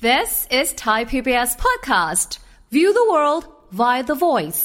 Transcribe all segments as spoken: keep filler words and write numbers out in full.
This is Thai พี บี เอส podcast. View the world via the voice.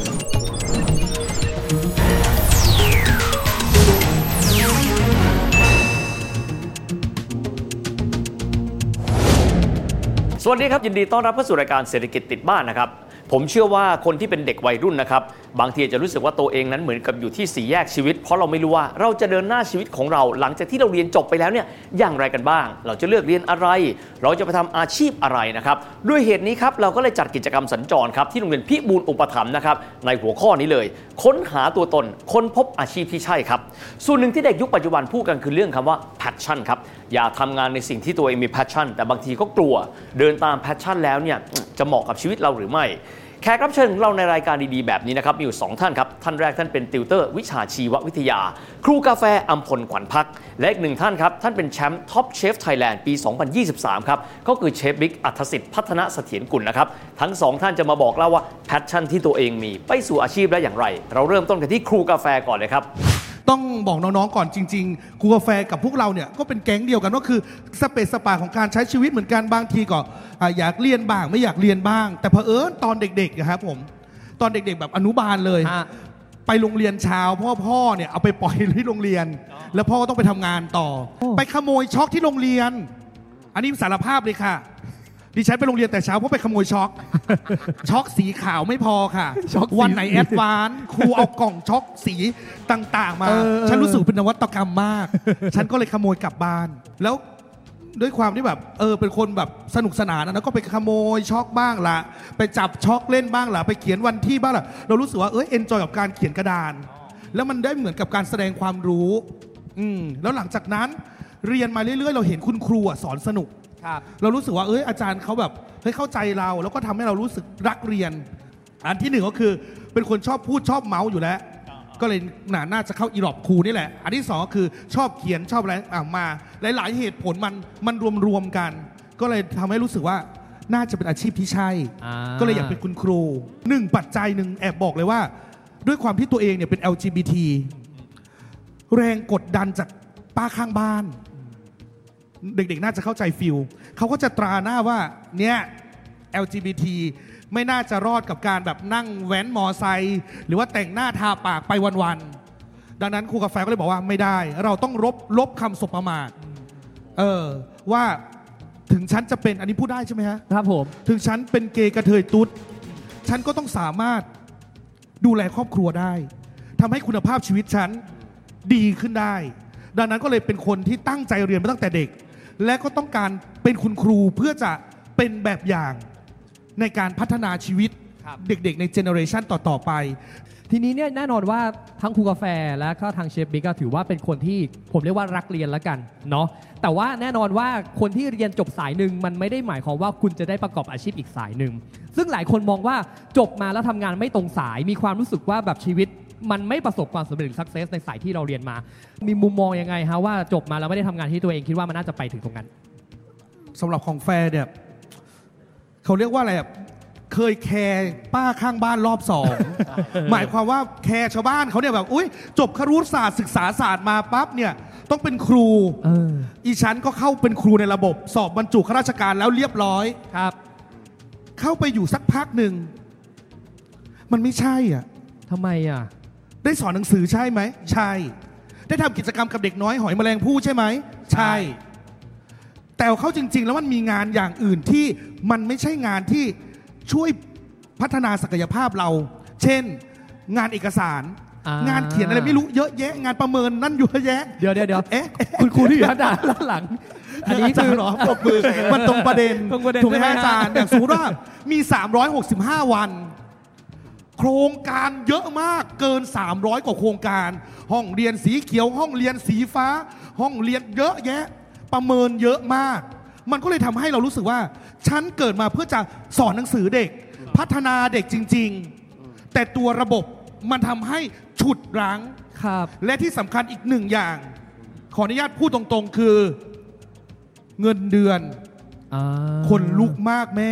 สวัสดีครับยินดีต้อนรับเข้าสู่รายการเศรษฐกิจติดบ้านนะครับผมเชื่อว่าคนที่เป็นเด็กวัยรุ่นนะครับบางทีจะรู้สึกว่าตัวเองนั้นเหมือนกับอยู่ที่สี่แยกชีวิตเพราะเราไม่รู้ว่าเราจะเดินหน้าชีวิตของเราหลังจากที่เราเรียนจบไปแล้วเนี่ยอย่างไรกันบ้างเราจะเลือกเรียนอะไรเราจะไปทำอาชีพอะไรนะครับด้วยเหตุนี้ครับเราก็เลยจัดกิจกรรมสัญจรครับที่โรงเรียนพิบูลอุปถัมภ์นะครับในหัวข้อนี้เลยค้นหาตัวตนค้นพบอาชีพที่ใช่ครับส่วนหนึ่งที่เด็กยุคปัจจุบันพูดกันคือเรื่องคำว่า passion ครับอย่าทำงานในสิ่งที่ตัวเองมี passion แต่บางทีก็กลัวเดินตาม passion แล้วเนี่ยจะเหมาะกับชีวิตเราหรือไม่แขกรับเชิญของเราในรายการดีๆแบบนี้นะครับมีอยู่สองท่านครับท่านแรกท่านเป็นติวเตอร์วิชาชีววิทยาครูกาแฟอัมพลขวัญพักและอีกหนึ่งท่านครับท่านเป็นแชมป์ท็อปเชฟไทยแลนด์ปีสองพันยี่สิบสามครับก็คือเชฟบิ๊กอัธสิทธิ์พัฒนเสถียรกุลนะครับทั้งสองท่านจะมาบอกเล่าว่าแพชชั่นที่ตัวเองมีไปสู่อาชีพได้อย่างไรเราเริ่มต้นกันที่ครูกาแฟก่อนเลยครับต้องบอกน้องๆก่อนจริงๆครูกาแฟกับพวกเราเนี่ยก็เป็นแก๊งเดียวกันก็คือสเปซสปาของการใช้ชีวิตเหมือนกันบางทีก็อยากเรียนบ้างไม่อยากเรียนบ้างแต่เผอิญตอนเด็กๆนะครับผมตอนเด็กๆแบบอนุบาลเลยไปโรงเรียนเช้าเพราะว่าพ่อเนี่ยเอาไปปล่อยที่โรงเรียนแล้วพ่อก็ต้องไปทำงานต่อไปขโมยช็อกที่โรงเรียนอันนี้สารภาพเลยค่ะดิฉันไปโรงเรียนแต่เช้าเพราะไปขโมยช็อกช็อกสีขาวไม่พอค่ะวันไหนแอดวานซ์ครูเอากล่องช็อกสีต่างๆมาฉันรู้สึกเป็นนวัตกรรมมากฉันก็เลยขโมยกลับบ้านแล้วด้วยความที่แบบเออเป็นคนแบบสนุกสนานนะก็ไปขโมยช็อกบ้างละไปจับช็อกเล่นบ้างละไปเขียนวันที่บ้างละเรารู้สึกว่าเออเอนจอยกับการเขียนกระดานแล้วมันได้เหมือนกับการแสดงความรู้อืมแล้วหลังจากนั้นเรียนมาเรื่อยๆเราเห็นคุณครูสอนสนุกเรารู้สึกว่าเอ้ยอาจารย์เขาแบบเฮ้ยเข้าใจเราแล้วก็ทำให้เรารู้สึกรักเรียนอันที่หนึ่งก็คือเป็นคนชอบพูดชอบเมาส์อยู่แล้วก็เลยน่าจะเข้าอีหลอบครูนี่แหละอันที่สองก็คือชอบเขียนชอบอะไรอ่ะมาหลายๆเหตุผลมันมันรวมๆกันก็เลยทำให้รู้สึกว่าน่าจะเป็นอาชีพที่ใช่ก็เลยอยากเป็นคุณครูหนึ่งปัจจัยหนึ่งแอบบอกเลยว่าด้วยความที่ตัวเองเนี่ยเป็น แอล จี บี ที แรงกดดันจากป้าข้างบ้านเด็กๆน่าจะเข้าใจฟิลเขาก็จะตราหน้าว่าเนี่ย แอล จี บี ที ไม่น่าจะรอดกับการแบบนั่งแว้นมอไซค์หรือว่าแต่งหน้าทาปากไปวันๆดังนั้นครูกาแฟก็เลยบอกว่าไม่ได้เราต้องลบลบคำสบประมาทเออว่าถึงฉันจะเป็นอันนี้พูดได้ใช่ไหมฮะครับผมถึงฉันเป็นเกย์กระเทยตุ๊ดฉันก็ต้องสามารถดูแลครอบครัวได้ทำให้คุณภาพชีวิตฉันดีขึ้นได้ดังนั้นก็เลยเป็นคนที่ตั้งใจเรียนมาตั้งแต่เด็กและก็ต้องการเป็นคุณครูเพื่อจะเป็นแบบอย่างในการพัฒนาชีวิตเด็กๆในเจเนอเรชันต่อๆไปทีนี้เนี่ยแน่นอนว่าทั้งครูกาแฟและก็ทางเชฟบิ๊กก็ถือว่าเป็นคนที่ผมเรียกว่ารักเรียนแล้วกันเนาะแต่ว่าแน่นอนว่าคนที่เรียนจบสายหนึ่งมันไม่ได้หมายความว่าคุณจะได้ประกอบอาชีพอีกสายหนึ่งซึ่งหลายคนมองว่าจบมาแล้วทำงานไม่ตรงสายมีความรู้สึกว่าแบบชีวิตมันไม่ประสบความสำเร็จหรือ success ในสายที่เราเรียนมามีมุมมองยังไงฮะว่าจบมาแล้วไม่ได้ทำงานที่ตัวเองคิดว่ามันน่าจะไปถึงตรงนั้นสำหรับของแฟร์เนี่ยเขาเรียกว่าอะไรอ่ะเคยแคร์ป้าข้างบ้านรอบสอง หมายความว่าแคร์ชาวบ้านเขาเนี่ยแบบอุ้ยจบครุศาสตร์ศึกษาศาสตร์มาปั๊บเนี่ยต้องเป็นครูอีฉันก็เข้าเป็นครูในระบบสอบบรรจุข้าราชการแล้วเรียบร้อยครับเข้าไปอยู่สักพักหนึ่งมันไม่ใช่อ่ะทำไมอ่ะได้สอนหนังสือใช่ไหมใช่ได้ทำกิจกรรมกับเด็กน้อยหอยแมลงภู่ใช่ไหมใช่แต่เข้าจริงๆแล้วมันมีงานอย่างอื่นที่มันไม่ใช่งานที่ช่วยพัฒนาศักยภาพเราเช่นงานเอกสารงานเขียนอะไรไม่รู้เยอะแยะงานประเมินนั่นเยอะแยะเดี๋ยวเดี๋ยวเดี๋ยวเอ๊ะคุณครูที่อยู่ด้านหลังอันนี้คือหรอปรบมือมันตรงประเด็นถูกไหมอาจารย์อย่างสมมติว่ามีสามร้อยหกสิบห้าวันโครงการเยอะมากเกินสามร้อยกว่าโครงการห้องเรียนสีเขียวห้องเรียนสีฟ้าห้องเรียนเยอะแยะประเมินเยอะมากมันก็เลยทำให้เรารู้สึกว่าฉันเกิดมาเพื่อจะสอนหนังสือเด็กพัฒนาเด็กจริงๆแต่ตัวระบบมันทำให้ฉุดรั้งและที่สำคัญอีกหนึ่งอย่างขออนุญาตพูดตรงๆคือเงินเดือนคนลุกมากแม่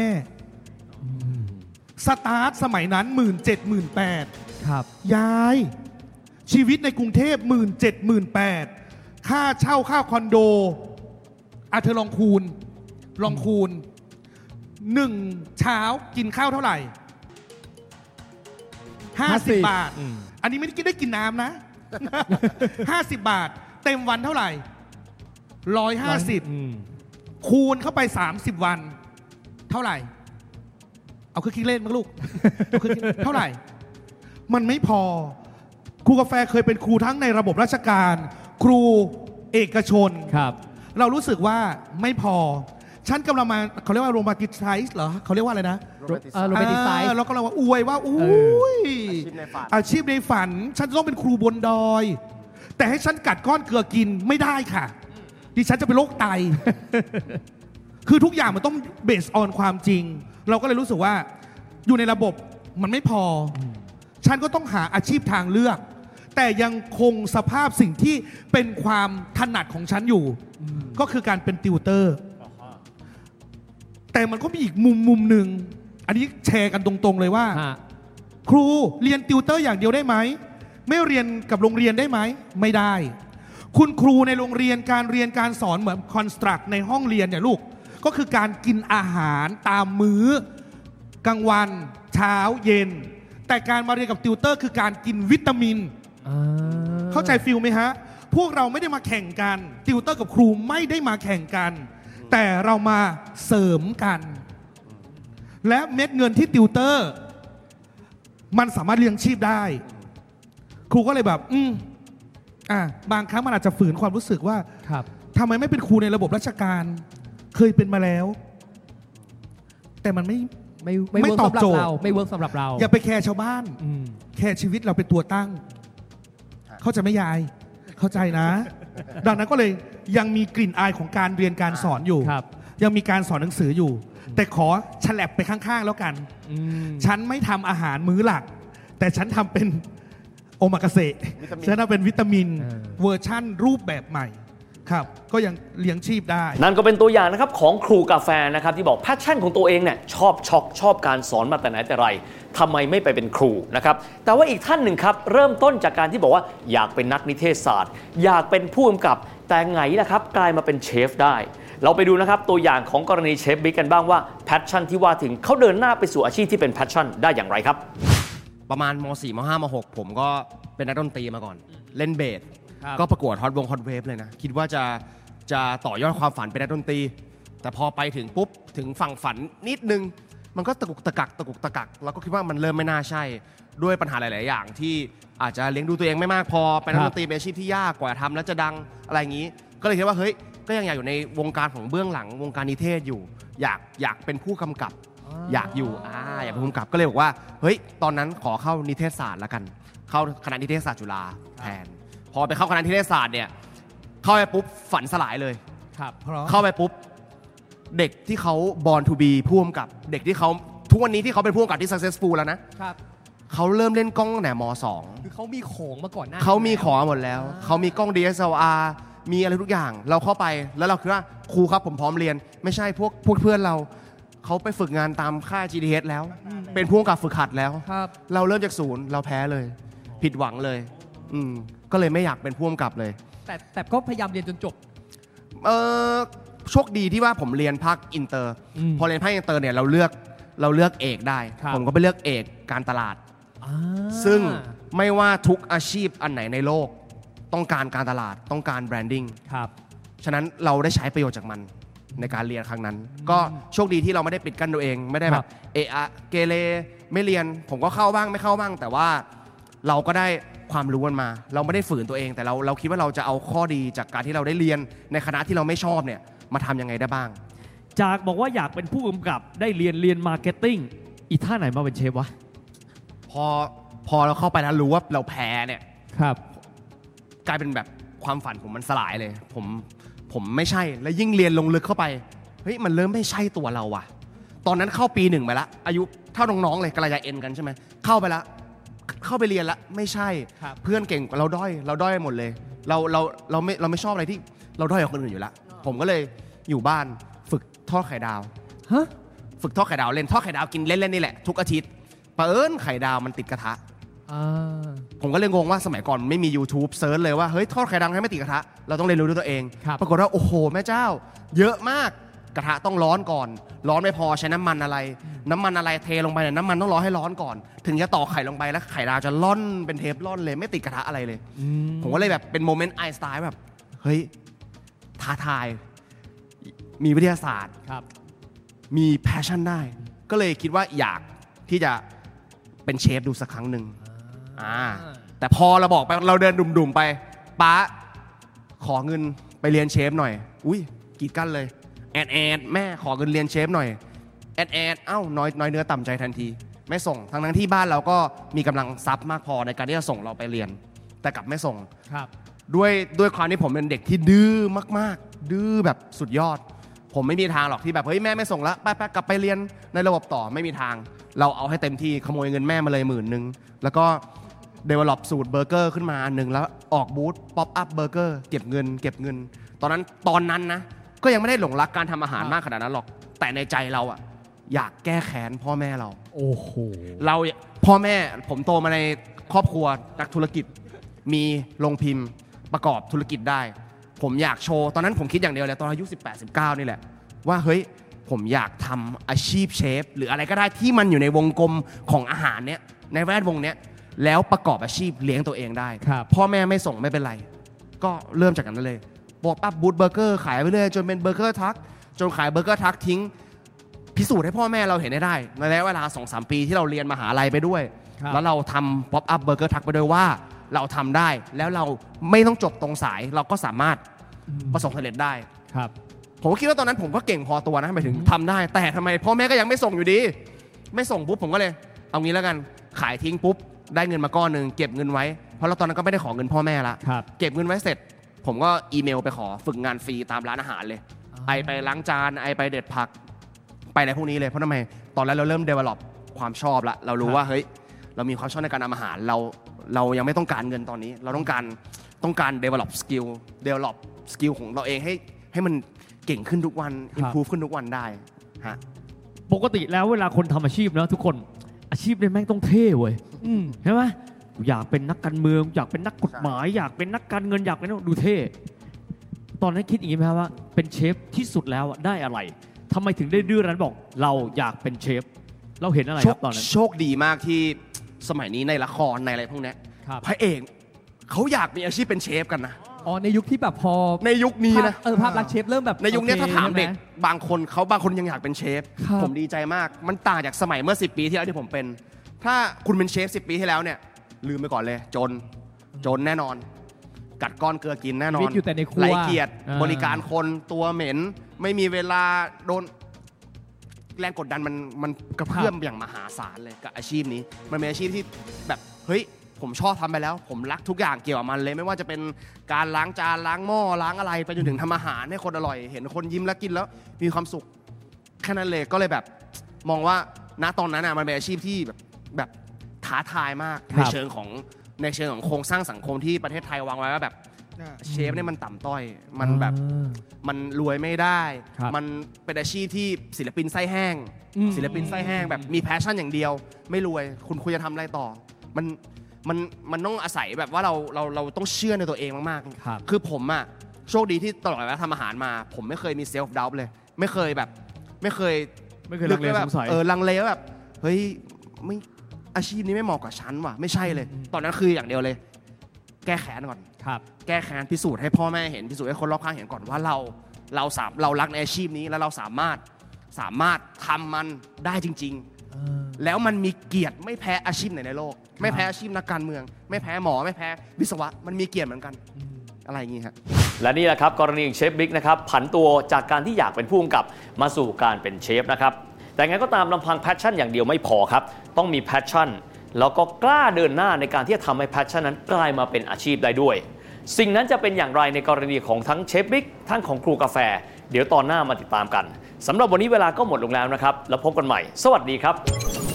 สตาร์ทสมัยนั้นหมื่นเจ็ดหมื่นแปดครับยายชีวิตในกรุงเทพหมื่นเจ็ดหมื่นแปดค่าเช่าค่าคอนโดอ่ะเธอลองคูณลองคูณหนึ่งเช้ากินข้าวเท่าไหร่ห้าสิบบาทอันนี้ไม่ได้กินได้กินน้ำนะ ห้าสิบบาทเต็มวันเท่าไหร่ร้อยห้าสิบคูณเข้าไปสามสิบวันเท่าไหร่เอาเครื่องคิดเลขมาลูก เท่าไหร่มันไม่พอครูกาแฟเคยเป็นครูทั้งในระบบราชการครูเอกชนครับเรารู้สึกว่าไม่พอฉันกำลังมาเขาเรียกว่าโรแมนติไซส์เหรอเขาเรียกว่าอะไรนะโรแมนติไซส์เรากำลังว่าอวยว่าอุ้ยอาชีพในฝันฉันจะต้องเป็นครูบนดอยแต่ให้ฉันกัดก้อนเกลือกินไม่ได้ค่ะดิฉันจะเป็นโรคไต คือทุกอย่างมันต้องเบสออนความจริงเราก็เลยรู้สึกว่าอยู่ในระบบมันไม่พอฉันก็ต้องหาอาชีพทางเลือกแต่ยังคงสภาพสิ่งที่เป็นความถนัดของฉันอยู่ก็คือการเป็นติวเตอร์แต่มันก็มีอีกมุมมุมหนึ่งอันนี้แชร์กันตรงๆเลยว่าครูเรียนติวเตอร์อย่างเดียวได้ไหมไม่เรียนกับโรงเรียนได้ไหมไม่ได้คุณครูในโรงเรียนการเรียนการสอนเหมือนคอนสตรักในห้องเรียนเนี่ยลูกก็คือการกินอาหารตามมื้อกลางวันเช้าเย็นแต่การมาเรียนกับติวเตอร์คือการกินวิตามินเข้าใจฟิลไหมฮะพวกเราไม่ได้มาแข่งกันติวเตอร์กับครูไม่ได้มาแข่งกันแต่เรามาเสริมกันและเม็ดเงินที่ติวเตอร์มันสามารถเลี้ยงชีพได้ครูก็เลยแบบอืมอ่ะบางครั้งมันอาจจะฝืนความรู้สึกว่าทำไมไม่เป็นครูในระบบราชการเคยเป็นมาแล้วแต่มันไม่ไม่ไม่ตอบโจทย์ไม่เวิร์กสำหรับเราอย่าไปแคร์ชาวบ้านแคร์ชีวิตเราเป็นตัวตั้งเข้าใจไหมยายเข้าใจนะ ดังนั้นก็เลยยังมีกลิ่นอายของการเรียนการสอนอยู่ยังมีการสอนหนังสืออยู่แต่ขอฉลับไปข้างๆแล้วกันฉันไม่ทำอาหารมื้อหลักแต่ฉันทำเป็นโอมากาเสะฉันทำเป็นวิตามินเวอร์ชั่นรูปแบบใหม่ครับก็ยังเลี้ยงชีพได้นั่นก็เป็นตัวอย่างนะครับของครูกาแฟนะครับที่บอกแพชชั่นของตัวเองเนี่ยชอบช็อกชอบการสอนมาแต่ไหนแต่ไรทำไมไม่ไปเป็นครูนะครับแต่ว่าอีกท่านหนึ่งครับเริ่มต้นจากการที่บอกว่าอยากเป็นนักนิเทศศาสตร์อยากเป็นผู้กำกับแต่ไงล่ะครับกลายมาเป็นเชฟได้เราไปดูนะครับตัวอย่างของกรณีเชฟบิ๊กกันบ้างว่าแพชชั่นที่ว่าถึงเขาเดินหน้าไปสู่อาชีพที่เป็นแพชชั่นได้อย่างไรครับประมาณม สี่ ม ห้า ม หกผมก็เป็นนักดนตรีมาก่อนเล่นเบสก็ประกวดฮอตวงฮอตเวฟเลยนะคิดว่าจะจะต่อยอดความฝันเป็นนักดนตรีแต่พอไปถึงปุ๊บถึงฝั่งฝันนิดนึงมันก็ตะกุกตะกักตะกุกตะกักแล้วก็คิดว่ามันเริ่มไม่น่าใช่ด้วยปัญหาหลายๆอย่างที่อาจจะเลี้ยงดูตัวเองไม่มากพอเป็นนักดนตรีเป็นอาชีพที่ยากกว่าทำแล้วจะดังอะไรอย่างนี้ก็เลยคิดว่าเฮ้ยก็ยังอยากอยู่ในวงการของเบื้องหลังวงการนิเทศอยู่อยากอยากเป็นผู้กำกับอยากอยู่อ่าอยากเป็นผู้กำกับก็เลยบอกว่าเฮ้ยตอนนั้นขอเข้านิเทศศาสตร์ละกันเข้าคณะนิเทศศาสตร์จุฬาแทนพอไปเข้าคณะนิเทศศาสตร์เนี่ยเข้าไปปุ๊บฝันสลายเลยเข้าไปปุ๊บเด็กที่เขา born to be ผู้กำกับเด็กที่เขาทุกวันนี้ที่เขาเป็นผู้กำกับที่ successful แล้วนะเขาเริ่มเล่นกล้องตั้งแต่ม.สองคือเขามีของมาก่อนหน้าเขามีของหมดแล้วเขามีกล้อง ดี เอส แอล อาร์ มีอะไรทุกอย่างเราเข้าไปแล้วเราคิดว่าครูครับผมพร้อมเรียนไม่ใช่พวกพวกเพื่อนเราเขาไปฝึกงานตามค่าย จี ดี เอส แล้วเป็นผู้กำกับฝึกหัดแล้วเราเริ่มจากศูนย์เราแพ้เลยผิดหวังเลยอืมก็เลยไม่อยากเป็นผู้กำกับเลยแต่แต่ก็พยายามเรียนจนจบเออโชคดีที่ว่าผมเรียนภาคอินเตอร์พอเรียนภาคอินเตอร์เนี่ยเราเลือกเราเลือกเอกได้ผมก็ไปเลือกเอกการตลาดซึ่งไม่ว่าทุกอาชีพอันไหนในโลกต้องการการตลาดต้องการแบรนดิ้งฉะนั้นเราได้ใช้ประโยชน์จากมันในการเรียนครั้งนั้นก็โชคดีที่เราไม่ได้ปิดกั้นตัวเองไม่ได้แบบเอะอะเกเรไม่เรียนผมก็เข้าบ้างไม่เข้าบ้างแต่ว่าเราก็ได้ความรู้มันมาเราไม่ได้ฝืนตัวเองแต่เราเราคิดว่าเราจะเอาข้อดีจากการที่เราได้เรียนในคณะที่เราไม่ชอบเนี่ยมาทำยังไงได้บ้างจากบอกว่าอยากเป็นผู้กำกับได้เรียนเรียนมาร์เก็ตติ้งอีท่าไหนมาเป็นเชฟวะพอพอเราเข้าไปแล้วรู้ว่าเราแพ้เนี่ยครับกลายเป็นแบบความฝันผมมันสลายเลยผมผมไม่ใช่แล้วยิ่งเรียนลงลึกเข้าไปเฮ้ยมันเริ่มไม่ใช่ตัวเราว่ะตอนนั้นเข้าปีหนึ่งไปละอายุเท่าน้องๆเลยกำลังจะเอ็นกันใช่ไหมเข้าไปละเข้าไปเรียนละไม่ใช่เพื่อนเก่งกว่าเราด้อยเราด้อยหมดเลยเราเราเราไม่เราไม่ชอบอะไรที่เราด้อยกว่าคนอื่นอยู่ละผมก็เลยอยู่บ้านฝึกทอดไข่ดาวฮะฝึกทอดไข่ดาวเล่นทอดไข่ดาวกินเล่นๆนี่แหละทุกอาทิตย์เปิดไข่ดาวมันติดกระทะผมก็เลยงงว่าสมัยก่อนไม่มี YouTube เซิร์ชเลยว่าเฮ้ยทอดไข่ดาวให้ไม่ติดกระทะเราต้องเรียนรู้ด้วยตัวเองปรากฏว่าโอ้โหแม่เจ้าเยอะมากกระทะต้องร้อนก่อนร้อนไม่พอใช้น้ำมันอะไรน้ำมันอะไรเทลงไปเนี่ยน้ำมันต้องรอให้ร้อนก่อนถึงจะต่อไข่ลงไปแล้วไข่ดาวจะล่อนเป็นเทปล่อนเลยไม่ติดกระทะอะไรเลยผมก็เลยแบบเป็นโมเมนต์ไอน์สไตน์แบบเฮ้ยท้าทายมีวิทยาศาสตร์มีแพชชั่นได้ก็เลยคิดว่าอยากที่จะเป็นเชฟดูสักครั้งหนึ่งอ่าแต่พอเราบอกไปเราเดินดุ่มๆไปป๊าขอเงินไปเรียนเชฟหน่อยอุ้ยกีดกันเลยแอดแอดแม่ขอเงินเรียนเชฟหน่อยแอดแอดเอ้าน้อยน้อยเนื้อต่ำใจทันทีไม่ส่งทั้งนั้นที่บ้านเราก็มีกำลังทรัพย์มากพอในการที่จะส่งเราไปเรียนแต่กลับไม่ส่งครับด้วยด้วยความที่ผมเป็นเด็กที่ดื้อมากๆดื้อแบบสุดยอดผมไม่มีทางหรอกที่แบบเฮ้ยแม่ไม่ส่งแล้วไปไปกลับไปเรียนในระบบต่อไม่มีทางเราเอาให้เต็มที่ขโมยเงินแม่มาเลยหมื่นนึงแล้วก็develop สูตรเบอร์เกอร์ขึ้นมาอันนึงแล้วออกบูธ pop up burger เก็บเงินเก็บเงินตอนนั้นตอนนั้นนะก็ยังไม่ได้หลงรักการทำอาหารมากขนาดนั้นหรอกแต่ในใจเราอะอยากแก้แค้นพ่อแม่เราโอ้โหเราพ่อแม่ผมโตมาในครอบครัวนักธุรกิจมีโรงพิมพ์ประกอบธุรกิจได้ผมอยากโชว์ตอนนั้นผมคิดอย่างเดียวเลยตอนอายุสิบแปด สิบเก้านี่แหละว่าเฮ้ยผมอยากทำอาชีพเชฟหรืออะไรก็ได้ที่มันอยู่ในวงกลมของอาหารเนี้ยในแวดวงเนี้ยแล้วประกอบอาชีพเลี้ยงตัวเองได้พ่อแม่ไม่ส่งไม่เป็นไรก็เริ่มจากนั้นเลยบอกปั๊บบูธเบอร์เกอร์ขายไปเรื่อยจนเป็นเบอร์เกอร์ทักจนขายเบอร์เกอร์ทักทิ้งพิสูจน์ให้พ่อแม่เราเห็นได้ในระยะเวลา สองสาม ปีที่เราเรียนมหาลัยไปด้วยแล้วเราทำป๊อปอัพเบอร์เกอร์ทักไปด้วยว่าเราทำได้แล้วเราไม่ต้องจบตรงสายเราก็สามารถประสบความสำเร็จได้ครับผมก็คิดว่าตอนนั้นผมก็เก่งพอตัวนะหมายถึงทำได้แต่ทำไมพ่อแม่ก็ยังไม่ส่งอยู่ดีไม่ส่งปุ๊บผมก็เลยเอางี้แล้วกันขายทิ้งปุ๊บได้เงินมาก้อนนึงเก็บเงินไว้เพราะเราตอนนั้นก็ไม่ได้ขอเงินพ่อแม่ละเก็บเงินไว้เสร็จผมก็อีเมลไปขอฝึกงานฟรีตามร้านอาหารเลยไอไปล้างจานไอไปเด็ดผักไปอะไรพวกนี้เลยเพราะทำไมตอนนั้นเราเริ่ม develop ความชอบละเรารู้ว่าเฮ้ยเรามีความชอบในการทำอาหารเราเรายังไม่ต้องการเงินตอนนี้เราต้องการต้องการ develop skill develop skill ของเราเองให้ให้มันเก่งขึ้นทุกวัน improve ขึ้นทุกวันได้ฮะปกติแล้วเวลาคนทำอาชีพนะทุกคนอาชีพเนี่ยแม่งต้องเท่เว้ยใช่ไหมอยากเป็นนักการเมืองอยากเป็นนักกฎหมายอยากเป็นนักการเงินอยากเป็นดูเท่ตอนนั้นคิดอย่างนี้ไหมครับว่าเป็นเชฟที่สุดแล้วได้อะไรทำไมถึงได้ดื้อรั้นบอกเราอยากเป็นเชฟเราเห็นอะไรครับตอนนั้นโชคดีมากที่สมัยนี้ในละครในอะไรพวกนี้พระเอกเขาอยากมีอาชีพเป็นเชฟกันนะอ๋อในยุคที่แบบพอในยุคนี้นะเออภาพลักษณ์เชฟเริ่มแบบในยุคนี้ถ้าถามเด็กบางคนเขาบางคนยังอยากเป็นเชฟผมดีใจมากมันต่างจากสมัยเมื่อสิบปีที่แล้วที่ผมเป็นถ้าคุณเป็นเชฟสิบปีที่แล้วเนี่ยลืมไปก่อนเลยจนจนแน่นอนกัดก้อนเกลือกินแน่นอนไร้เกียรติบริการคนตัวเหม็นไม่มีเวลาโดนแรงกดดันมันมันกระเพื่อมอย่างมหาศาลเลยกับอาชีพนี้มันเป็นอาชีพที่แบบเฮ้ยผมชอบทำไปแล้วผมรักทุกอย่างเกี่ยวกับมันเลยไม่ว่าจะเป็นการล้างจานล้างหม้อล้างอะไรไปจนถึงทำอาหารให้คนอร่อยเห็นคนยิ้มแล้วกินแล้วมีความสุขแค่นั้นเลยก็เลยแบบมองว่าณตอนนั้นมันเป็นอาชีพที่แบบแบบท้าทายมากในเชิงของในเชิงของโครงสร้างสังคมที่ประเทศไทยวางไว้ว่าแบบเชฟเนี่ยมันต่ำต้อยมันแบบมันรวยไม่ได้มันเป็นอาชีพที่ศิลปินไส้แห้งศิลปินไส้แห้งแบบมีแพชชั่นอย่างเดียวไม่รวยคุณควรจะทำอะไรต่อมันมันมันต้องอาศัยแบบว่าเราเราเราต้องเชื่อในตัวเองมากๆคือผมอะโชคดีที่ตลอดเวลาทำอาหารมาผมไม่เคยมีเซลฟ์ดาวต์เลยไม่เคยแบบไม่เคยไม่เคยลังเลสงสัยเออลังเลแบบเฮ้ยไม่อาชีพนี้ไม่เหมาะกับฉันว่ะไม่ใช่เลยตอนนั้นคืออย่างเดียวเลยแก้แค้นก่อนแก้แค้นพิสูจน์ให้พ่อแม่เห็นพิสูจน์ให้คนรอบข้างเห็นก่อนว่าเราเราสามเรารักในอาชีพนี้แล้วเราสามารถสามารถทำมันได้จริงๆแล้วมันมีเกียรติไม่แพ้อาชีพไหนในโลกไม่แพ้อาชีพนักการเมืองไม่แพ้หมอไม่แพ้วิศวะมันมีเกียรติเหมือนกันอะไรอย่างงี้ครับและนี่แหละครับกรณีของเชฟบิ๊กนะครับผันตัวจากการที่อยากเป็นผู้กำกับมาสู่การเป็นเชฟนะครับแต่ไงก็ตามลำพังแพชชั่นอย่างเดียวไม่พอครับต้องมีแพชชั่นแล้วก็กล้าเดินหน้าในการที่จะทำให้แพชชั่นนั้นกลายมาเป็นอาชีพได้ด้วยสิ่งนั้นจะเป็นอย่างไรในกรณีของทั้งเชฟบิ๊กทั้งของครูกาแฟเดี๋ยวตอนหน้ามาติดตามกันสำหรับวันนี้เวลาก็หมดลงแล้วนะครับแล้วพบกันใหม่สวัสดีครับ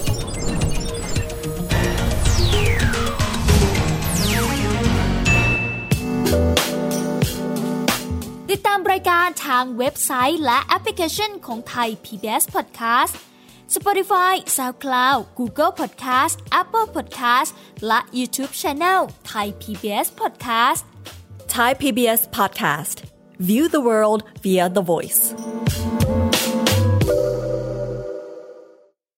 ติดตามรายการทางเว็บไซต์และแอปพลิเคชันของไทย พี บี เอส Podcast Spotify, SoundCloud, Google Podcast, Apple Podcast และ YouTube Channel Thai พี บี เอส Podcast Thai พี บี เอส Podcast View the world via the voice